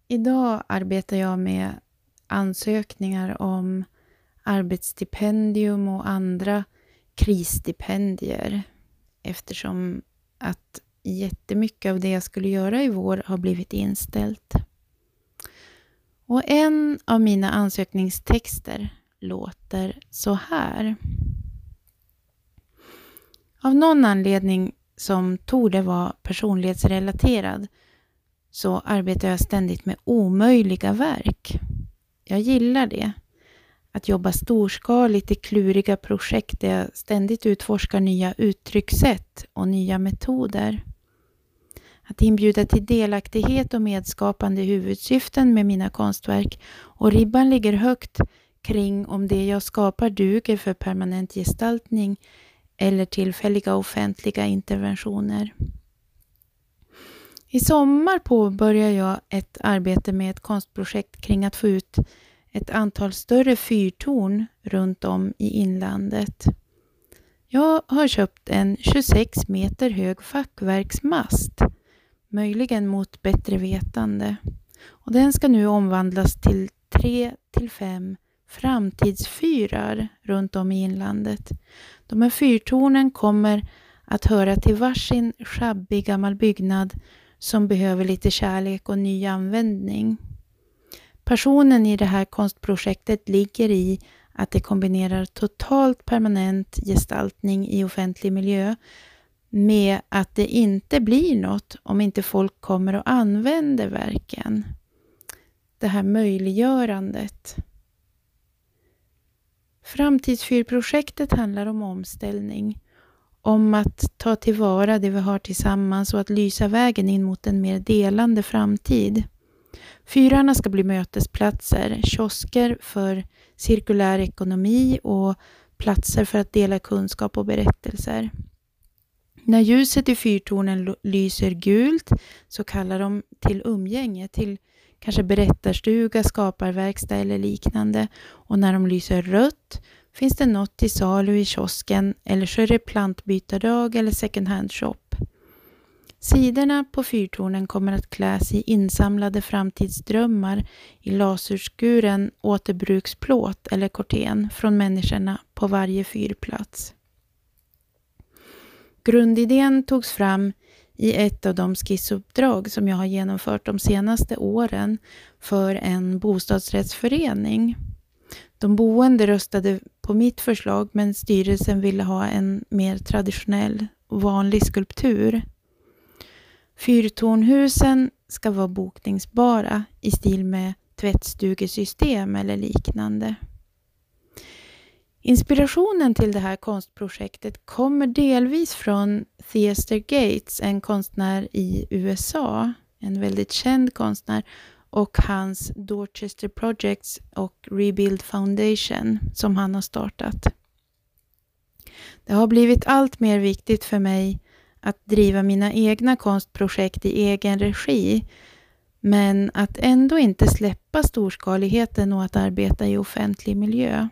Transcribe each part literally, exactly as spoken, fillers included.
Idag arbetar jag med ansökningar om arbetsstipendium och andra krisstipendier eftersom att jättemycket av det jag skulle göra i vår har blivit inställt. Och en av mina ansökningstexter låter så här. Av någon anledning som torde vara personlighetsrelaterad så arbetar jag ständigt med omöjliga verk. Jag gillar det. Att jobba storskaligt i kluriga projekt där jag ständigt utforskar nya uttryckssätt och nya metoder. Att inbjuda till delaktighet och medskapande huvudsyften med mina konstverk, och ribban ligger högt kring om det jag skapar duger för permanent gestaltning eller tillfälliga offentliga interventioner. I sommar påbörjar jag ett arbete med ett konstprojekt kring att få ut ett antal större fyrtorn runt om i inlandet. Jag har köpt en tjugosex meter hög fackverksmast, möjligen mot bättre vetande. Och den ska nu omvandlas till tre till fem framtidsfyrar runt om i inlandet. De här fyrtornen kommer att höra till varsin schabbig gammal byggnad som behöver lite kärlek och ny användning. Passionen i det här konstprojektet ligger i att det kombinerar totalt permanent gestaltning i offentlig miljö med att det inte blir något om inte folk kommer och använder verken. Det här möjliggörandet. Framtidsfyrprojektet handlar om omställning, om att ta tillvara det vi har tillsammans och att lysa vägen in mot en mer delande framtid. Fyrarna ska bli mötesplatser, kiosker för cirkulär ekonomi och platser för att dela kunskap och berättelser. När ljuset i fyrtornen lyser gult så kallar de till umgänge, till kanske berättarstuga, skaparverkstad eller liknande. Och när de lyser rött finns det något till salu i kiosken, eller så är det plantbytardag eller second hand shop. Sidorna på fyrtornen kommer att kläs i insamlade framtidsdrömmar i laserskuren återbruksplåt eller korten från människorna på varje fyrplats. Grundidén togs fram i ett av de skissuppdrag som jag har genomfört de senaste åren för en bostadsrättsförening. De boende röstade på mitt förslag, men styrelsen ville ha en mer traditionell och vanlig skulptur. Fyrtornhusen ska vara bokningsbara i stil med tvättstugesystem eller liknande. Inspirationen till det här konstprojektet kommer delvis från Theaster Gates, en konstnär i U S A, en väldigt känd konstnär, och hans Dorchester Projects och Rebuild Foundation som han har startat. Det har blivit allt mer viktigt för mig att driva mina egna konstprojekt i egen regi, men att ändå inte släppa storskaligheten och att arbeta i offentlig miljö.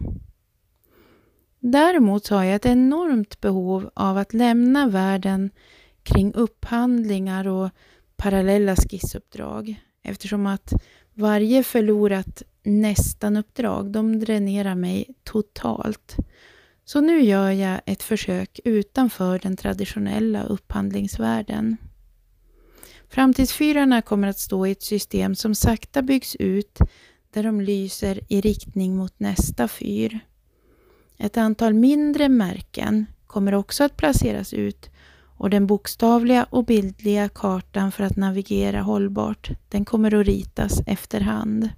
Däremot har jag ett enormt behov av att lämna världen kring upphandlingar och parallella skissuppdrag, eftersom att varje förlorat nästan-uppdrag, de dränerar mig totalt. Så nu gör jag ett försök utanför den traditionella upphandlingsvärlden. Framtidsfyrarna kommer att stå i ett system som sakta byggs ut, där de lyser i riktning mot nästa fyr. Ett antal mindre märken kommer också att placeras ut, och den bokstavliga och bildliga kartan för att navigera hållbart, den kommer att ritas efterhand.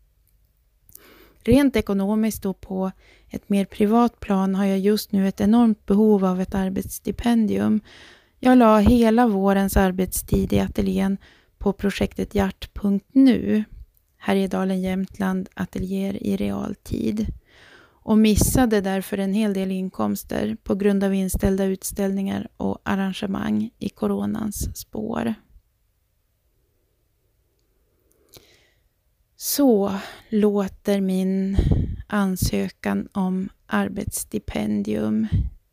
Rent ekonomiskt och på ett mer privat plan har jag just nu ett enormt behov av ett arbetsstipendium. Jag la hela vårens arbetstid i ateljén på projektet Hjart punkt nu, Härjedalen Jämtland ateljéer i realtid, och missade därför en hel del inkomster på grund av inställda utställningar och arrangemang i coronans spår. Så låter min ansökan om arbetsstipendium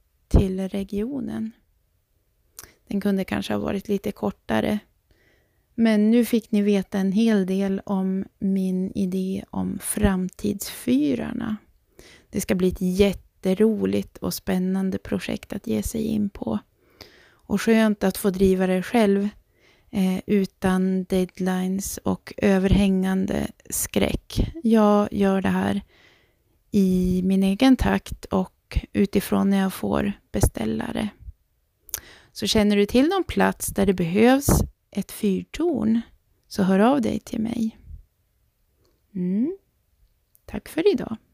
till regionen. Den kunde kanske ha varit lite kortare, Men nu fick ni veta en hel del om min idé om framtidsfyrarna. Det ska bli ett jätteroligt och spännande projekt att ge sig in på. Och skönt att få driva det själv eh, utan deadlines och överhängande skräck. Jag gör det här i min egen takt och utifrån när jag får beställare. Så känner du till någon plats där det behövs ett fyrtorn, så hör av dig till mig. Mm. Tack för idag.